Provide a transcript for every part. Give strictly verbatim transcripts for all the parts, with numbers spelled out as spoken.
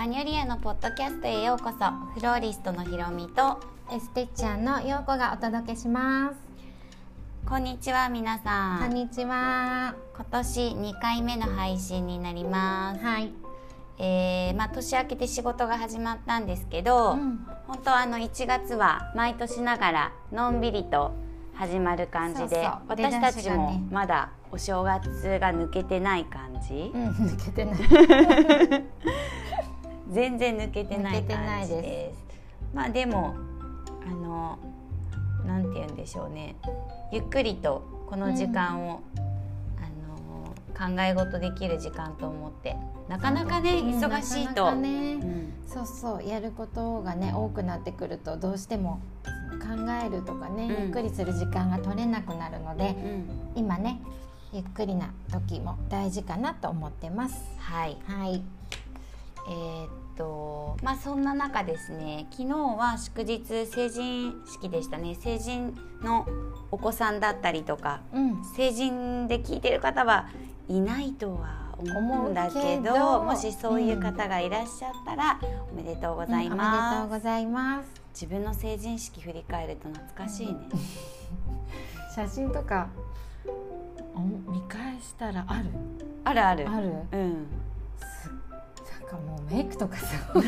マニュリアのポッドキャストへようこそ。フローリストのひろみとエステッチャンのようこがお届けします。 こんにちは皆さん。 こんにちは。 今年にかいめの配信になります。 はい。 えーまあ、年明けて仕事が始まったんですけど、うん、本当あのいちがつは毎年ながらのんびりと始まる感じで、そうそう私たちもまだお正月が抜けてない感じ、 うん、抜けてない全然抜けてない感じです。まあでもあのなんて言うんでしょうね、ゆっくりとこの時間を、うん、あの考え事できる時間と思って、なかなかね、うん、忙しいとなかなか、ねうん、そうそうやることがね多くなってくるとどうしても考えるとかね、うん、ゆっくりする時間が取れなくなるので、うん、今ねゆっくりな時も大事かなと思ってます。 はい、 はい。 えー、っとまあそんな中ですね、昨日は祝日成人式でしたね。成人のお子さんだったりとか、うん、成人で聞いてる方はいないとは思うんだけど、けどもしそういう方がいらっしゃったら、うん、おめでとうございます、うん、 おめでとうございます。 自分の成人式振り返ると懐かしいね、うん、 写真とか見返したらあるあるあるある、 うん、 なんかもうメイクとかすごい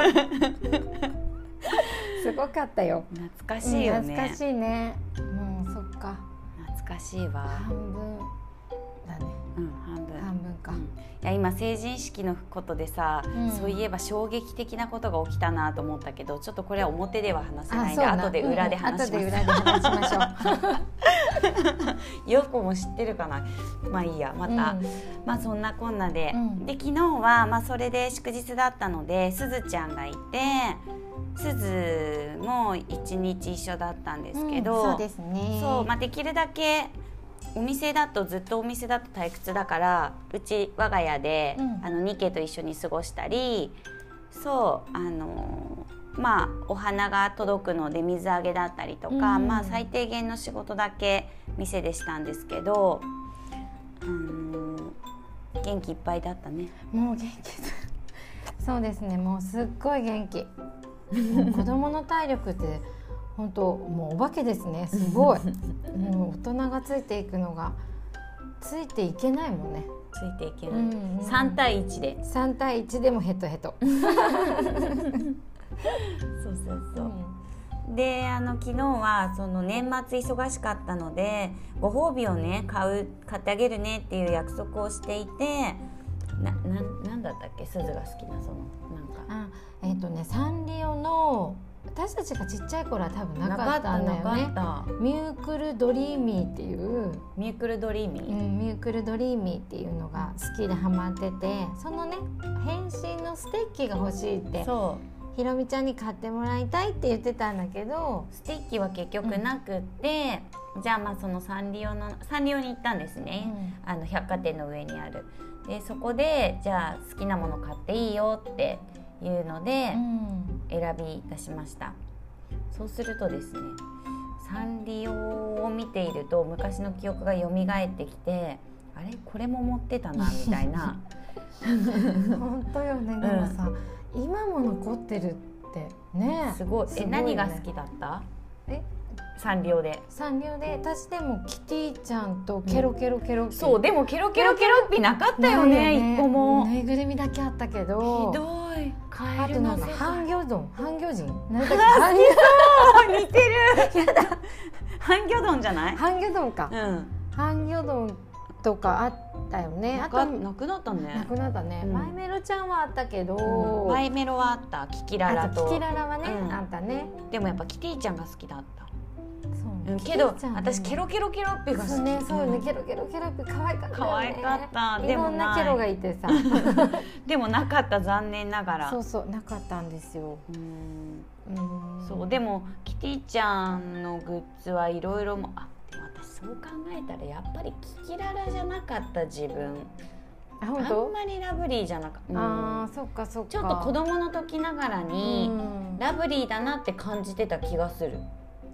すごかったよ。 懐かしいよね、 うん、懐かしいね。もうそっか、 懐かしいわ。 半分だね。 うん、半分半分か、うん、いや今成人式のことでさ、うん、そういえば衝撃的なことが起きたなと思ったけど、ちょっとこれは表では話せないんで後で裏で話します、うん、後で裏で話しましょうよくも知ってるかな。まあいいや、また、うん、まあそんなこんなで、うん、で昨日はまあそれで祝日だったので、すずちゃんがいて、すずも一日一緒だったんですけど、 うん、そうですね。 そう、まあ、できるだけお店だとずっとお店だと退屈だから、うち我が家で、うん、あのニケと一緒に過ごしたり、そうあのまあお花が届くので水あげだったりとか、うん、まあ最低限の仕事だけ店でしたんですけど、あの元気いっぱいだったね。 もう元気そうですね、もうすっごい元気もう子供の体力って本当もうお化けですね。すごいもう大人がついていくのがついていけないもんね。 ついていけない、うんうん、さんたいいちでさんたいいちでもヘトヘトそうそうそう、うん、であの昨日はその年末忙しかったのでご褒美をね買う買ってあげるねっていう約束をしていて、な、な、なんだったっけ、すずが好きなそのなんかあえっ、ー、とねサンリオの私たちがちっちゃい頃は多分なかったんだよね。ミュークルドリーミーっていうミュークルドリーミー、 うん、ミュークルドリーミーっていうのが好きでハマってて、そのね変身のステッキが欲しいってひろみちゃんに買ってもらいたいって言ってたんだけど、 ステッキは結局なくって、うん、じゃあまあそのサンリオのサンリオに行ったんですね、うん、あの百貨店の上にある。でそこでじゃあ好きなもの買っていいよっていうので、うん選び出しました。そうするとですね、サンリオを見ていると昔の記憶が蘇ってきて、あれこれも持ってたなみたいな本当よね。でもさ、うん、今も残ってるってね、 すごい。え、何が好きだった？えサンリオでサンリオで私でもキティちゃんとケロケロケロッピ、うん、 そうでもケロケロケロッピなかったよね、一個も。 ぬいぐるみだけあったけどひどい。 あとなんか半魚丼半魚人なんか半魚丼似てるやだ半魚丼じゃない？ 半魚丼か、うん、半魚丼とかあったよね。 あとなくなったね。 なくなったね、うん、マイメロちゃんはあったけど、 うん、マイメロはあった。キキララとキキララはね、うん、あったね。 でもやっぱキティちゃんが好きだった。そう、うん、けど私ケロケロケロッピが好き。 そうね、そうね、ケロケロケロッピ可愛かったよね。 可愛かった。 いろんなケロがいてさでもなかった、残念ながら。 そうそう、なかったんですよ。うんうん、そうでもキティちゃんのグッズはいろいろも、あでも私そう考えたらやっぱりキキララじゃなかった自分。あ, 本当あんまりラブリーじゃなかった、うん、 あーそっかそっか。 ちょっと子供の時ながらにラブリーだなって感じてた気がする。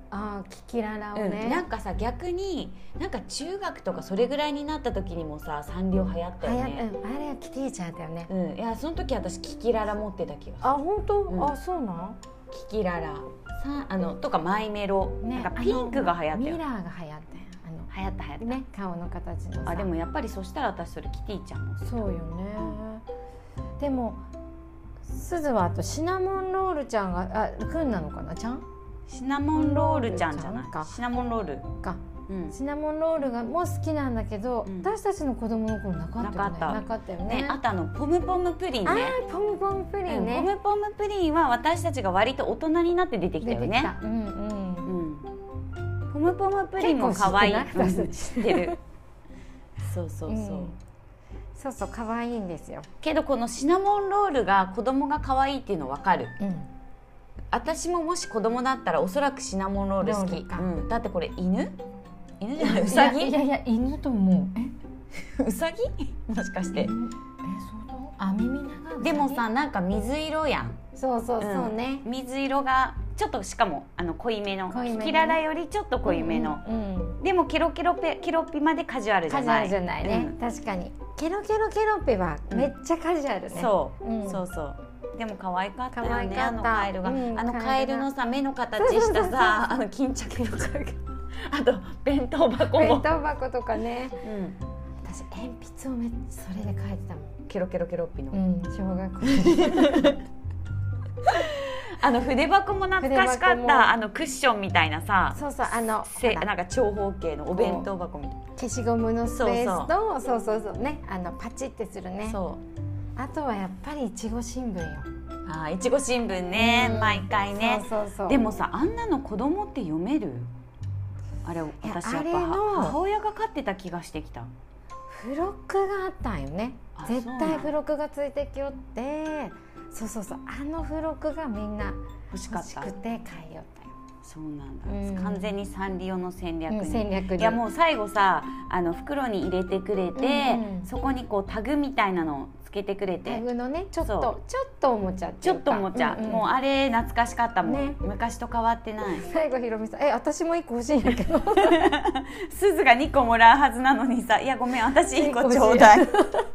あーキキララをね、 うん、なんかさ逆になんか中学とかそれぐらいになった時にもさサンリオ流行ったよね、 うん、あれはキティちゃんだよね、 うん、いやその時私キキララ持ってた気がする。 あ本当、 うん、 あそうなんキキララさあのとかマイメロ、ね、なんかピンクが流行ったよ。 ミラーが流行ったよ、あの流行った流行ったね、顔の形のさ。 あでもやっぱりそしたら私それキティちゃんもそうよね、うん、でもすずはあとシナモンロールちゃんがあくんなのかなちゃんシナモンロールちゃんじゃないかシナモンロールか、 うん、 シナモンロールがもう好きなんだけど、うん、私たちの子供の頃なかったよね。なかった、なかったよね。 ね、あとあのポムポムプリンね。 あポムポムプリンね、 うん、ポムポムプリンは私たちが割と大人になって出てきたよね。 うんうんうん、 ポムポムプリンも可愛い。知ってる。そうそうそう、うん、 そうそう可愛いんですよ。 けどこのシナモンロールが子供が可愛いっていうの分かる、うん、私ももし子供だったらおそらくシナモンロール好き、うん、だってこれ犬犬じゃないウサギ。 いやいや犬と思う。 えウサギもしかして。えそうあ耳長でもさなんか水色やん。 そうそうそうね、 うん、水色がちょっとしかもあの濃いめのキキララよりちょっと濃いめの、うんうん、でもケロケロペケロピまでカジュアルじゃない。 カジュアルじゃないね、うん、確かにケロケロケロペはめっちゃカジュアルね、 うん、そう、うん、そうそうでも可愛かったよねあのカエルが、うん、あのカエルのさ目の形したさあの巾着のカエルあと弁当箱も弁当箱とかね、うん、私鉛筆をめっちゃそれで描いてたもんケロケロケロッピの、 うん、小学校あの筆箱も懐かしかったあのクッションみたいなさそうそうあのなんか長方形のお弁当箱みたいな消しゴムのスペースとそうそうそうねあのパチってするねそうあとはやっぱりいちご新聞よあいちご新聞ね、うん、毎回ねそうそうそうでもさあんなの子供って読めるあれ私やっぱ母親が飼ってた気がしてきた付録があったんよね絶対付録がついてきよってそうそうそうあの付録がみんな欲しかった欲しくて買いよったよそうなんだ、うん、完全にサンリオの戦略に、 うん、戦略にいやもう最後さあの袋に入れてくれて、うんうん、そこにこうタグみたいなのをつけてくれてタグのねちょっとちょっとおもちゃってちょっとおもちゃ、うんうん、もうあれ懐かしかったもん、ね、昔と変わってない最後ひろみさんえ私もいっこ欲しいんやけどすずがにこもらうはずなのにさいやごめん私いっこちょうだい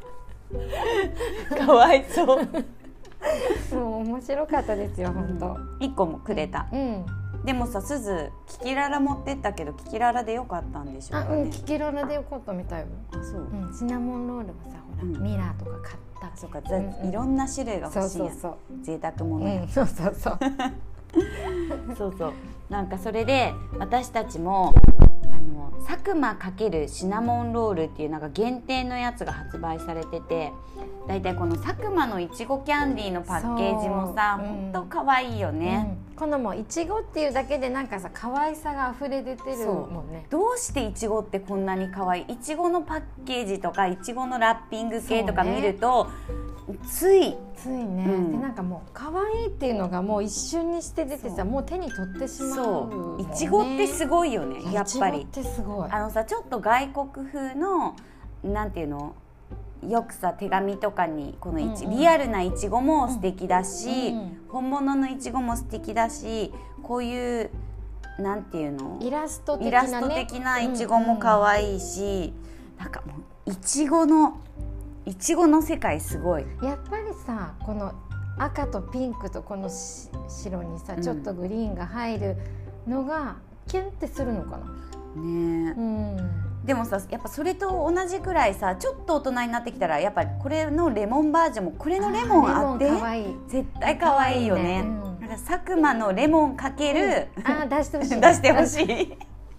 かわいそうもう面白かったですよ本当、 うん、いっこもくれた、うん、でもさすずキキララ持ってったけどキキララでよかったんでしょうかね。 あ、うん、キキララでよかったみたいよ。 あそう、 うん、シナモンロールはさほら、うん、ミラーとか買ったそうか、うん、いろんな種類が欲しいやん。そうそうそう贅沢ものや、 うん、そうそうそうそうそうなんかそれで私たちもあの佐久間×シナモンロールっていうなんか限定のやつが発売されててだいたいこの佐久間のいちごキャンディーのパッケージもさほんとかわいいよね、 うん、このもういちごっていうだけでなんかさ可愛さが溢れ出てるもんね。 どうしていちごってこんなに可愛いいちごのパッケージとかいちごのラッピング系とか見ると、ね、ついついね、うん、でなんかもう可愛いっていうのがもう一瞬にして出てさもう手に取ってしまうそういちごってすごいよねやっぱりいちごってすごいあのさちょっと外国風のなんていうのよくさ手紙とかにこのいち、うんうん、リアルないちごも素敵だし、うんうん、本物のいちごも素敵だしこういうなんていうのイラスト的な、ね、 イラスト的ないちごも可愛いし、うんうん、なんかもういちごのいちごの世界すごいやっぱりさこの赤とピンクとこの白にさちょっとグリーンが入るのがキュンってするのかな、 ねえ、うん、でもさやっぱそれと同じくらいさちょっと大人になってきたらやっぱりこれのレモンバージョンもこれのレモンあってあいい絶対可愛いよね、うん、なんか佐久間のレモンかける、 うん、あ出してほしい出してほしい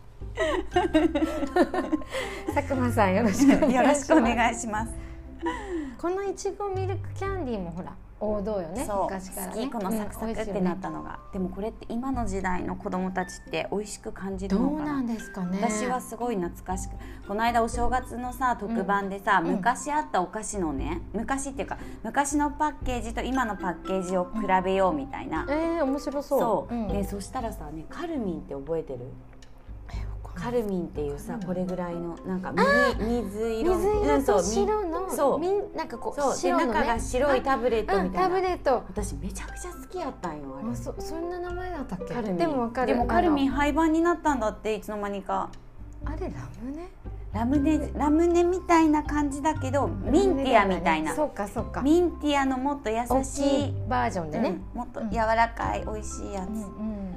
佐久間さんよろしくお願いします。 よろしくお願いします。 このいちごミルクキャンディーもほら王道よね昔からね。 好きこのサクサクってなったのが、うんね、でもこれって今の時代の子供たちって美味しく感じるのかな。 どうなんですかね。 私はすごい懐かしくこの間お正月のさ特番でさ、うん、昔あったお菓子のね昔っていうか昔のパッケージと今のパッケージを比べようみたいな、 うん、えー、面白そう。 そう、 うん、 でそしたらさねカルミンって覚えてる？カカルミンっていうさ、これぐらいのなんか水色水色と白のそうみんなんかこうそう白の、ね、中が白いタブレットみたいな、 タブレット私めちゃくちゃ好きやったんよあれ。 あ そ, そんな名前だったっけ。 カルミンでもわかる。 でもカルミン廃盤になったんだって、いつの間にか。 あれラムネラムネラムネみたいな感じだけど、ミンティアみたいな、 ね、そうかそうか、 ミンティアのもっと優しいバージョンでね、 うん、もっと柔らかい、うん、美味しいやつ、うんうん、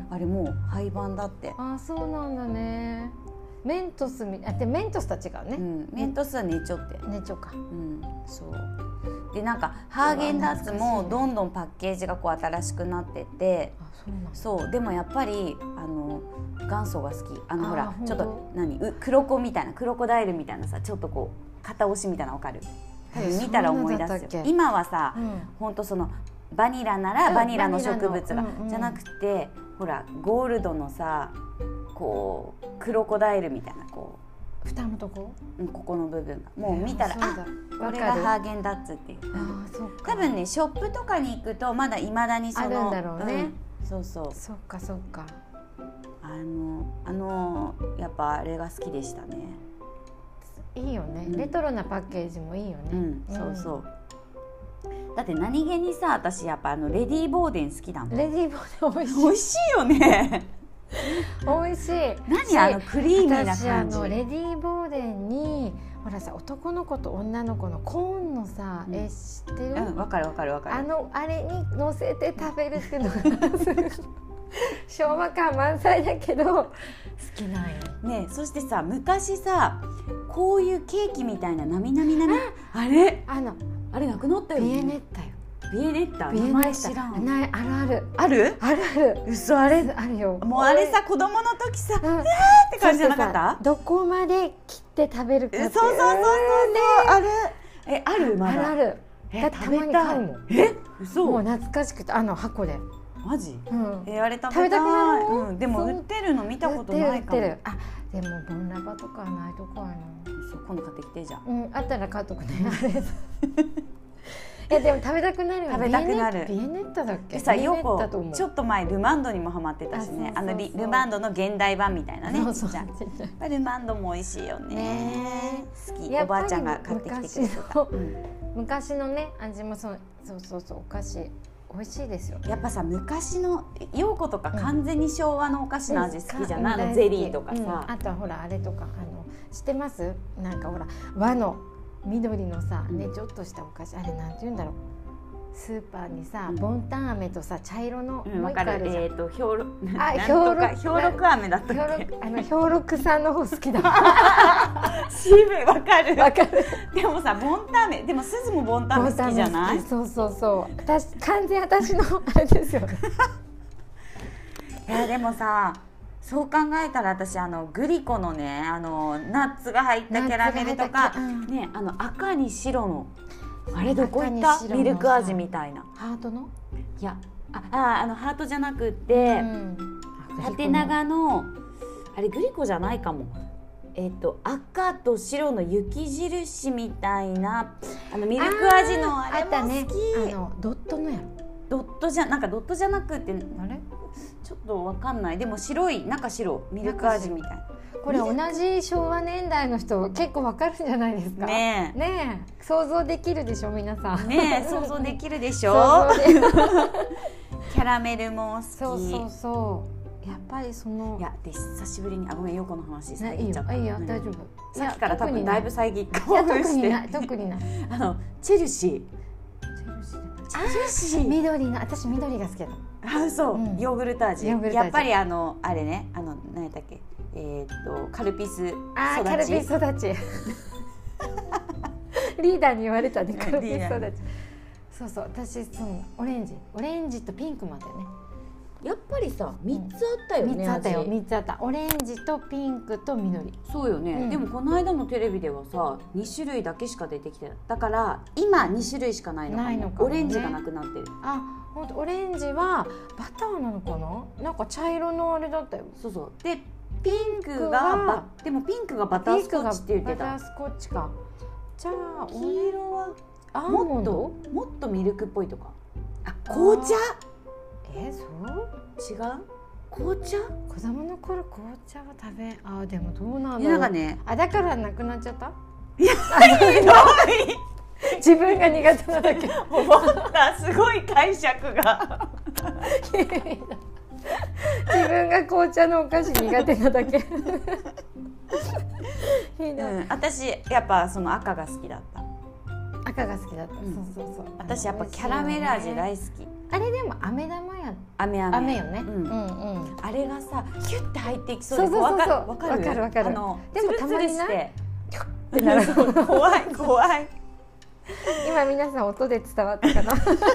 あれもう廃盤だって。 あ、そうなんだね。メントスみあでメントスとは違うね、 うん、メントスはネチョってネチョか、 うん、そうでなんかハーゲンダッツもどんどんパッケージがこう新しくなってて、 あ、そうなんだ。 そうでもやっぱりあの元祖が好き。あのあほらちょっと何う黒子みたいなクロコダイルみたいなさ、ちょっとこう片押しみたいなの分かる。多分見たら思い出すよ。今はさ、うん、ほんとそのバニラならバニラの植物が、うん、じゃなくてほらゴールドのさこうクロコダイルみたいなこう蓋のとこ、 うん、ここの部分がもう見たら、あ、これがハーゲンダッツっていう。 あ、そうか。 多分ねショップとかに行くとまだいまだにそのあるんだろうね、 うん、そうそうそっかそっか。 あのあのやっぱあれが好きでしたね。 いいよね、うん、レトロなパッケージもいいよね、 うん、そうそう、うん、だって何気にさ私やっぱあのレディーボーデン好きだもん。 レディーボーデン美味しい。 美味しいよね美味しい。 何あのクリーミーな感じ。 私あのレディーボーデンにほらさ、男の子と女の子のコーンのさ、うん、え知ってる？ うん、わかるわかるわかる。 あのあれに乗せて食べるっていうのが昭和感満載だけど好きなんよね。そしてさ昔さこういうケーキみたいななみなみなみあれあのあれなくなったよね。 ビエネッタよ。 ビエネッタ、 名前知らん。ない、あるあるあるあるある。 嘘、あれあるよ。 もうあれさ子供の時さ、うん、えーって感じじゃなかった？ どこまで切って食べるかって。 そうそうそうそうそう、あれえあるまだ。 あるある。だってたまに買うもん。 え嘘。 もう懐かしくてあの箱で。 マジ？ うん。 えあれ食べたい。 食べたくなる。 うん。でも売ってるの見たことないかも。 売ってる。あでもボンラバとかないとこあるの。 そう、今度買ってきてじゃん。 うん、あったら買っとくね。あれ。いやでも食べたくなるよね。 食べたくなる。 ビエネッタだっけ？ さ、ヨコちょっと前ルマンドにもハマってたしね。あのルマンドの現代版みたいなね。 そうそう。 ルマンドも美味しいよね。好き。おばあちゃんが買ってきてくれた。 昔のね味もそうそうそうそう、お菓子美味しいですよ。 やっぱさ昔のヨーコとか完全に昭和のお菓子の味好きじゃない、うん、ゼリーとかさ、うん、あとはほらあれとかあの知ってます？なんかほら和の緑のさねちょっとしたお菓子、あれなんて言うんだろう、スーパーにさ、うん、ボンタン飴とさ茶色の、 うん、もう一個あるじゃん。えっ、ー、とヒョウロあヒョウロヒョウロク飴だったっけ？ あのヒョウロクさんの方好きだ。 渋い、わかるわかる。 でもさボンタン飴でもすずもボンタン飴好きじゃない？ そうそうそう。私完全私のあれですよね。 いやでもさ。そう考えたら私あのグリコのねあのナッツが入ったキャラメルとか、うん、ねあの赤に白のあれどこ行った？ミルク味みたいな。 ハートの？ いやあああのハートじゃなくて、うん、縦長のあれグリコじゃないかも。えっと赤と白の雪印みたいなあのミルク味のあれも好き。あね、 あのドットのやろ。 ドットじゃなんかドットじゃなくてあれ？ちょっとわかんない。でも白い中白ミルク味みたいな。 これ同じ昭和年代の人結構わかるんじゃないですか？ ねえねえ想像できるでしょ皆さん。 ねえ想像できるでしょ。キャラメルも好き。 そうそうそう。やっぱりそのいやで久しぶりにあごめんヨコの話遮っちゃった。いいよ大丈夫。 さっきから多分だいぶ遮って興奮して。特にない。 あのチェルシー。 チェルシー。緑の私緑が好きだ。 あそう、うん、ヨーグルト味。やっぱりあのあれねあの何だっけえー、っとカルピス育ち。 あカルピス育ち。リーダーに言われたねカルピス育ち。そうそう私そのオレンジオレンジとピンクもあったよね。 やっぱりさみっつあったよね。 みっつあったよみっつあった。オレンジとピンクと緑。 そうよね、うん、でもこの間のテレビではさに種類だけしか出てきてない。だから今に種類しかないのかも。ないのかもね。オレンジがなくなってる。 あ本当オレンジはバターなのかな。なんか茶色のあれだったよ。 そうそうでピンクがでもピンクがバタースコッチって言ってた。 バタースコッチか。じゃあ黄色はもっともっとミルクっぽいとか。あ紅茶。 えそう違う？ 紅茶？ 子供の頃紅茶は食べ、あでもどうなんだろう。 なんかね、 あだからなくなっちゃった。 いやひどい。 自分が苦手なだけ。 思った、すごい解釈が。 自分が紅茶のお菓子苦手なだけ。 うん、私やっぱその赤が好きだった。 赤が好きだった。 うん、 そうそうそう。 私やっぱキャラメル味大好き。 あれでも飴玉や。 飴飴。 飴よね。 うんうんうん。あれがさキュッて入っていきそうで、 そうそうそうそう。 わかるわかるわかる。 あのでもたまにな。 ってなる。怖い怖い。 今皆さん音で伝わったかな。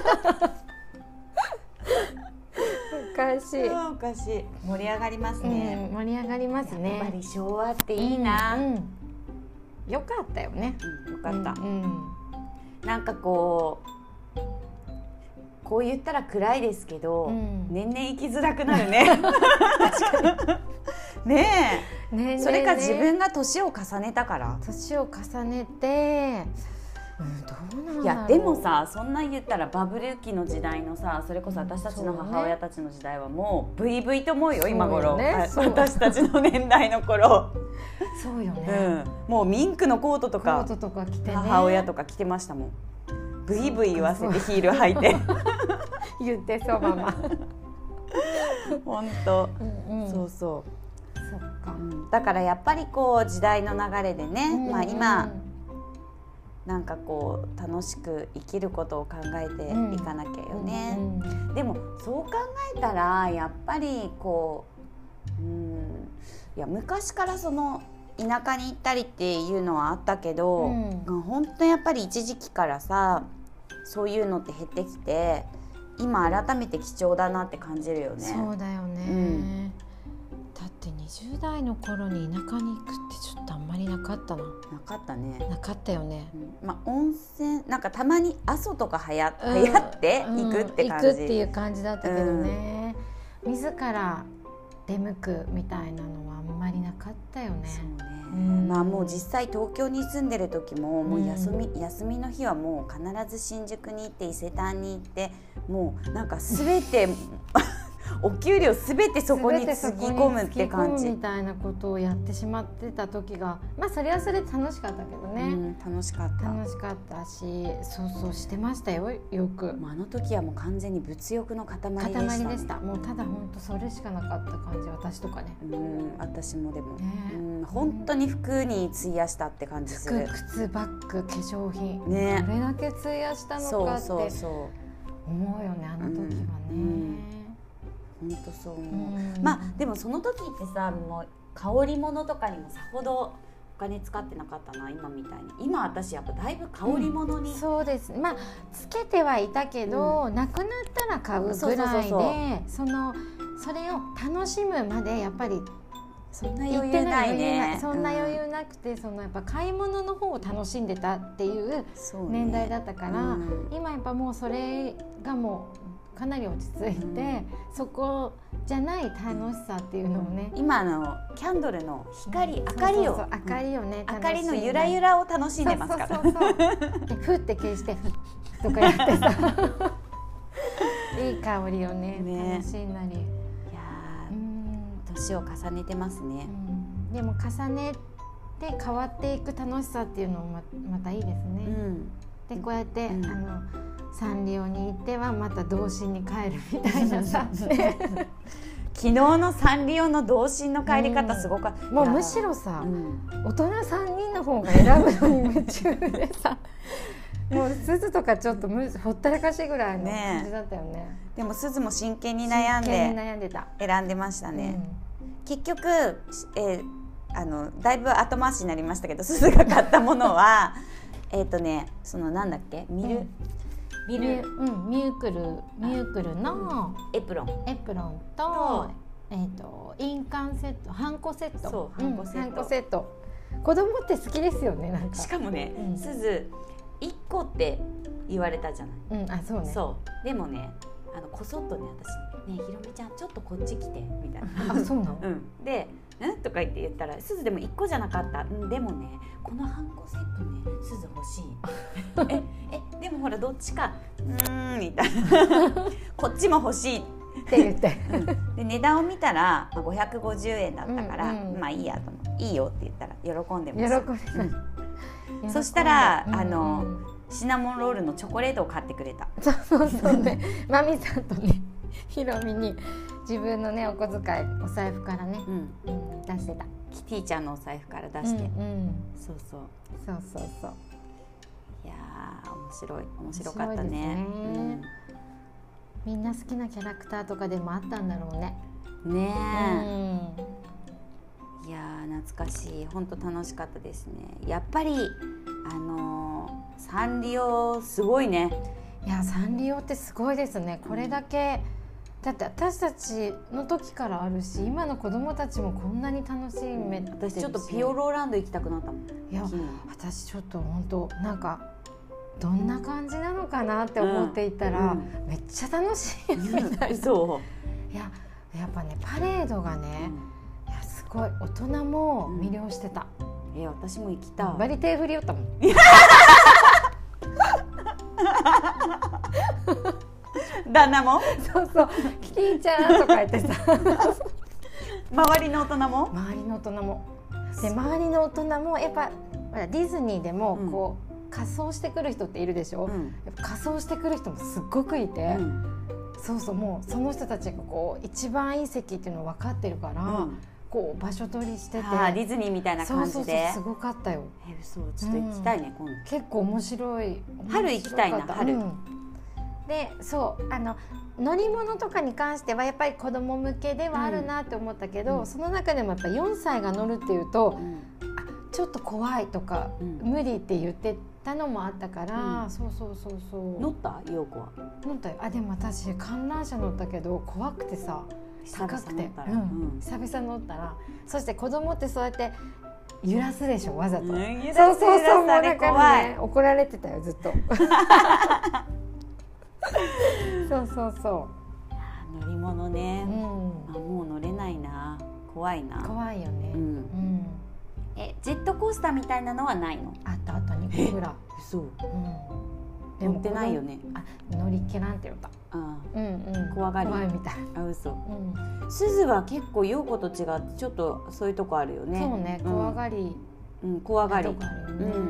おかしい。 おかしい。盛り上がりますね。 うん、盛り上がりますね。 やっぱり昭和っていいな。 うんうん、よかったよね。 うん、よかった。 うんうん、 なんかこうこう言ったら暗いですけど、うん、年々生きづらくなるね。ねえ。ねえねえねえ、それか自分が年を重ねたから。 年を重ねて。うん、どうなんだろう。 いやでもさ、そんな言ったらバブル期の時代のさ、それこそ私たちの母親たちの時代はもうブイブイと思うよ、今頃、ね、私たちの年代の頃。 そうよね、 うん、もうミンクのコートとかコートとか着て、ね、 母親とか着てましたもん。ブイブイ言わせてヒール履いて言ってそうママ。 本当、うんうん、そうそう。そっか、うん、だからやっぱりこう時代の流れでね、うんうん、まあ今なんかこう楽しく生きることを考えていかなきゃよね、うんうん、でもそう考えたらやっぱりこう、うん、いや昔からその田舎に行ったりっていうのはあったけど、うん、本当やっぱり一時期からさそういうのって減ってきて今改めて貴重だなって感じるよね。 そうだよね、うん、だってにじゅう代の頃に田舎に行くってちょっとあんまりなかったな。 なかったね。 なかったよね、 うん、まあ温泉なんかたまに阿蘇とかはや、うん、流行って行くって感じ、 うん、行くっていう感じだったけどね、うん、自ら出向くみたいなのはあんまりなかったよね。 そうね、うん、まあもう実際東京に住んでる時ももう休み、うん、休みの日はもう必ず新宿に行って伊勢丹に行ってもうなんか全てお給料すべてそこにつぎ込むって感じみたいなことをやってしまってた時が、まあそれはそれで楽しかったけどね、うん、 楽しかった楽しかったし、そうそうしてましたよ、よく。 あの時はもう完全に物欲の塊でした、ね、 塊でした。もうただ本当それしかなかった感じ、私とかね。 うん、私もでも、ね、うん、本当に服に費やしたって感じする。 服、靴、バッグ、化粧品、 ね、 どれだけ費やしたのかって思うよね、あの時はね、うんうん本当そう思う、うん、まあでもその時ってさもう香り物とかにもさほどお金使ってなかったな今みたいに。今私やっぱだいぶ香り物に、 うん、そうですまあつけてはいたけど、うん、なくなったら買うぐらいでそのそれを楽しむまでやっぱりそんな余裕ないね。 そんな余裕なくて、うん、そのやっぱ買い物の方を楽しんでたっていう年代だったから、ねうん、今やっぱもうそれがもうかなり落ち着いて、うん、そこじゃない楽しさっていうのをね、 うん、今のキャンドルの光、うん、明かりを、 そうそうそう明かりをね、 明かりのゆらゆらを楽しんでますから。 そうそうそうそうふって消してふっとかやってさいい香りを ね, ね楽しんだり。いや年を重ねてますね、 うん、でも重ねて変わっていく楽しさっていうのも ま, またいいですね、うん、でこうやって、うん、あのサンリオに行ってはまた童心に帰るみたいなさ昨日のサンリオの童心の帰り方すごかった、 うん、もうむしろさ、うん、大人さんにんの方が選ぶのに夢中でさもう鈴とかちょっとむほったらかしぐらいの感じだったよ ね, ねでも鈴も真剣に悩んで真剣に悩んでた選んでましたね、うん、結局、えー、あのだいぶ後回しになりましたけど鈴が買ったものはえっとねそのなんだっけミル、うんミル、うん、ミュークルミュークルのエプロンエプロンと、えー、と印鑑セットハンコセットそうハンコセット、うん、 ハンコセット子供って好きですよねなんかしかもね、うん、すずいっこって言われたじゃない、 うん、あそうねそうでもねあのこそっとね私ねひろみちゃんちょっとこっち来てみたいなあそうなの、 うん、でんとか言って言ったらすずでもいっこじゃなかった、うん、でもねこのハンコセットねすず欲しいええでもほらどっちかうーんみたいなこっちも欲しいって言って、 うん、で値段を見たら、まあ、ごひゃくごじゅうえんだったから、うんうん、まあいいやと思っていいよって言ったら喜んでました。 喜んで、 うん、そしたら、うんうん、あのシナモンロールのチョコレートを買ってくれた。 そうそうそうねマミさんとねひろみに自分のねお小遣いお財布からね、うん、出してた。 キティちゃんのお財布から出して、うんうん、そうそうそうそうそう。 いやー面白い面白かったね。うん、 みんな好きなキャラクターとかでもあったんだろうね。 ねえ、うん、いやー懐かしい。本当楽しかったですね。やっぱりあのー、サンリオすごいね。 いやサンリオってすごいですね。これだけ、だって私たちの時からあるし、今の子供たちもこんなに楽しめてるし。 私ちょっとピオローランド行きたくなったもん。 いや私ちょっと本当なんかどんな感じなのかなって思っていたら、うんうん、めっちゃ楽しいみたいな。そういややっぱねパレードがね、うん、いやすごい大人も魅了してた。 うん、え私も行きたい。 バリ手振りよったもん。 旦那もそうそうキティちゃんとか言ってさ周りの大人も周りの大人もで周りの大人もやっぱディズニーでもこう、うん、仮装してくる人っているでしょ、うん、やっぱ仮装してくる人もすっごくいて、うん、そうそうもうその人たちがこう一番いい席っていうの分かってるから、うん、こう場所取りしてて、 あディズニーみたいな感じで。 そうそうそうすごかったよ。 えそうちょっと行きたいね、うん、今度結構面白い。 春行きたいな春、うん、 でそうあの乗り物とかに関してはやっぱり子供向けではあるなって思ったけど、うん、その中でもやっぱよんさいが乗るっていうと、うん、あちょっと怖いとか、うん、無理って言ってたのもあったから、うん、そうそうそうそう。 乗った陽子は乗ったよ。あでも私観覧車乗ったけど怖くてさ高くて、うん、久々乗ったら、そして子供ってそうやって揺らすでしょわざと、うん、そうそうそうもうだからね怒られてたよずっとそうそうそう。 乗り物ね、うん、あもう乗れないな。怖いな。 怖いよね、うんうん、 えジェットコースターみたいなのはないの？ あったあったにこぐらい。 そう、うん、でも乗ってないよね。 あ乗りっけなんて言った。あ、うんうん、 怖がり怖いみたい。 あ嘘、うん、鈴は結構陽子と違ってちょっとそういうとこあるよね。 そうね怖がり、 うん、怖がり、ねうん、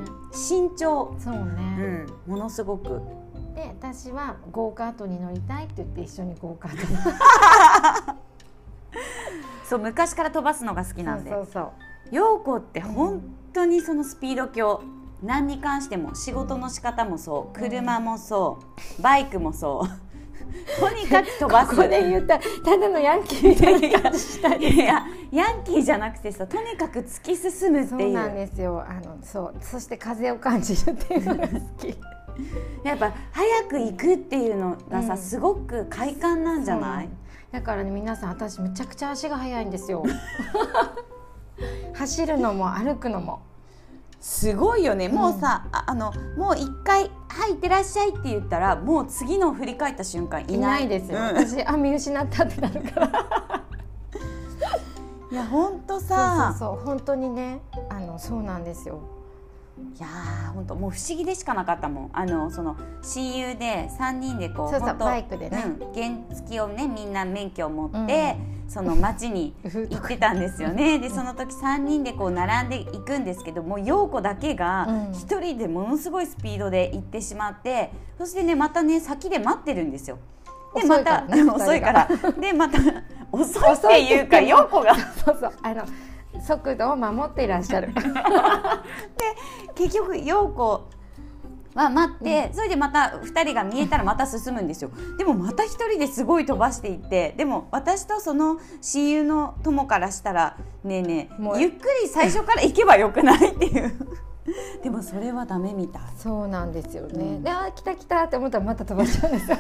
慎重。 そうね、 うん、ものすごく。 で私はゴーカートに乗りたいって言って一緒にゴーカートにそう昔から飛ばすのが好きなんで。 そうそうそう陽子って本当にそのスピード強、うん、何に関しても仕事の仕方もそう車もそう、うん、バイクもそうとにかく飛ばす。 ここで言ったただのヤンキーみたいな感じしたいです。 いやヤンキーじゃなくてさとにかく突き進むっていう。そうなんですよ。あのそうそして風を感じるっていうのが好きやっぱ早く行くっていうのがさ、うん、すごく快感なんじゃない？ だからね皆さん私めちゃくちゃ足が速いんですよ走るのも歩くのもすごいよね。もうさ、うん、あ, あのもう一回「はい行ってらっしゃい」って言ったらもう次の振り返った瞬間いない。 いないですよ、うん、私あ見失ったってなるからいやほんとさそうそうそう本当にねあのそうなんですよ。 いやー本当もう不思議でしかなかったもん。あのその親友でさんにんでこうそうそうバイクでね、 うん、原付をねみんな免許を持って、うん、その街に行ってたんですよねでその時さんにんでこう並んでいくんですけども陽子だけがひとりでものすごいスピードで行ってしまって、そしてねまたね先で待ってるんですよ。でまた遅いからでまた遅いっていうか陽子がそうそうあの速度を守っていらっしゃるで結局陽子は待って、うん、それでまたふたりが見えたらまた進むんですよ。でもまたひとりですごい飛ばしていって、でも私とその親友の友からしたらねえねえゆっくり最初から行けばよくないっていうでもそれはダメみたい。 そうなんですよね、うん、であ来た来たって思ったらまた飛ばしちゃうんですよ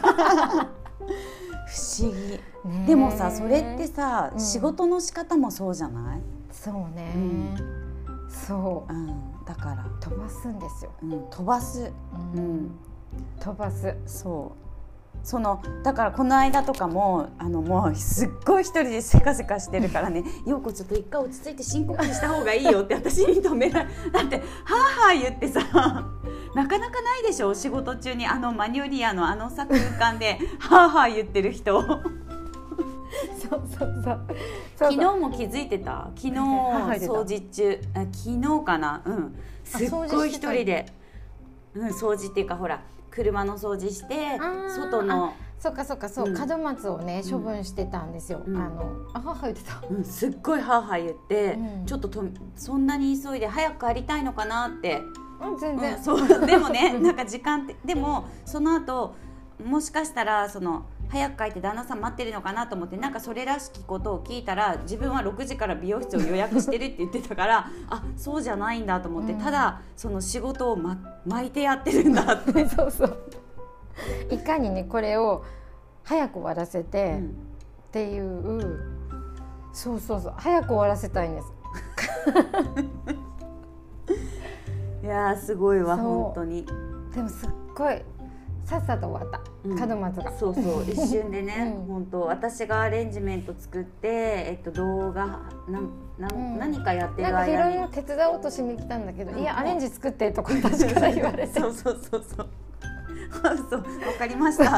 不思議、ね、でもさそれってさ、うん、仕事の仕方もそうじゃない？ そうね、うん、そう、うん、 だから飛ばすんですよ、 うん、飛ばす、うんうん、 飛ばすそうそのだからこの間とかもあのもうすっごい一人でせかせかしてるからね陽子ちょっと一回落ち着いて深呼吸した方がいいよって私に止められだってはぁはぁ言ってさなかなかないでしょ仕事中にあのマニュリアのあのさ空間ではぁはぁ言ってる人そうそうそう昨日も気づいてた。昨日掃除中、あ昨日かな、うんすっごい一人で、うん、掃除っていうかほら車の掃除して外のそっかそっかそう、うん、門松をね処分してたんですよ、うん、あのあはは言ってた、 うん、すっごいはは言って、うん、ちょっととそんなに急いで早く帰りたいのかなって、 うん、全然、 うん、そうでもねなんか時間ってでもその後もしかしたらその早く帰って旦那さん待ってるのかなと思ってなんかそれらしきことを聞いたら自分はろくじから美容室を予約してるって言ってたからあそうじゃないんだと思って、うん、ただその仕事を、ま、巻いてやってるんだってそうそういかにねこれを早く終わらせて、うん、っていうそうそうそう早く終わらせたいんですいやーすごいわ本当に。 でもすっごいさっさと終わった、うん、門松がそうそう一瞬でね、うん、本当私がアレンジメント作って、えっと、動画なな、うん、何かやってる間になんかいろいろ手伝おうとしに来たんだけど、うん、いやアレンジ作ってとか私から言われてそうそうそうそうそう分かりました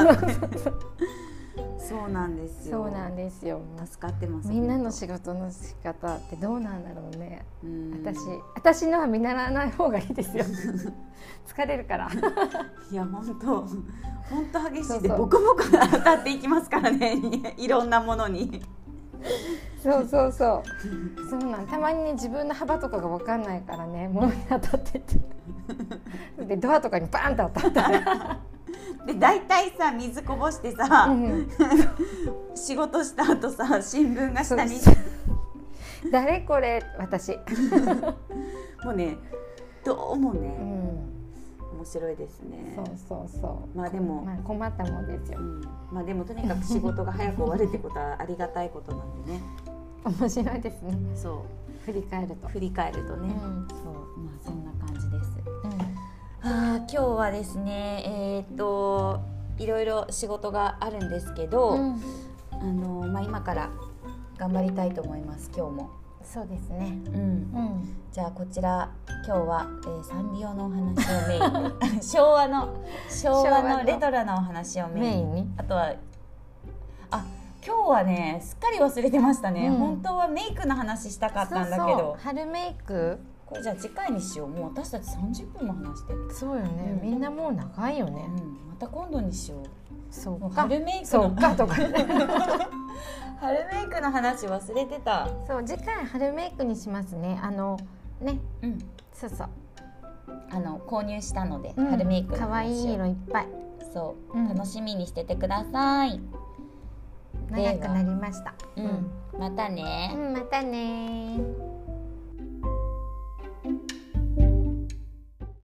そうなんですよ。 そうなんですよ。 助かってます。 みんなの仕事の仕方ってどうなんだろうね。うん私私のは見習わない方がいいですよ疲れるからいや本当本当激しいでボコボコ当たっていきますからねいろんなものにそうそうそうそうなんたまにね自分の幅とかが分かんないからね物に当たっててでドアとかにバーンと当たったらで大体さ水こぼしてさ、うん、仕事した後さ新聞が下に誰これ私もうねどうもね、うん、面白いですね。 そうそうそうまあでも、 まあ、困ったもんですよ、うん、 まあでもとにかく仕事が早く終わるってことはありがたいことなんでね面白いですね。 そう振り返ると振り返るとね、うん、そうまあそんな感じです、うん、あ今日はですねえー、っといろいろ仕事があるんですけど、うん、あのまあ、今から頑張りたいと思います今日も。 そうですね、 うんうん、じゃあこちら今日は、えー、サンリオのお話をメインに昭和の昭和のレトロなお話をメインにあとはあ今日はねすっかり忘れてましたね、うん、本当はメイクの話したかったんだけどそうそう春メイクこれじゃあ次回にしよう。もう私たちさんじゅっぷんも話してる。 そうよね、うん、みんなもう長いよね、 うん、また今度にしよう。 そうか春メイクのそうかとか春メイクの話忘れてた。 そう次回春メイクにしますね。あのね、うん、そうそうあの購入したので、うん、春メイクの話可愛い色いっぱいそう、うん、楽しみにしててください。 長くなりました、 うん、またね、 うん、またね。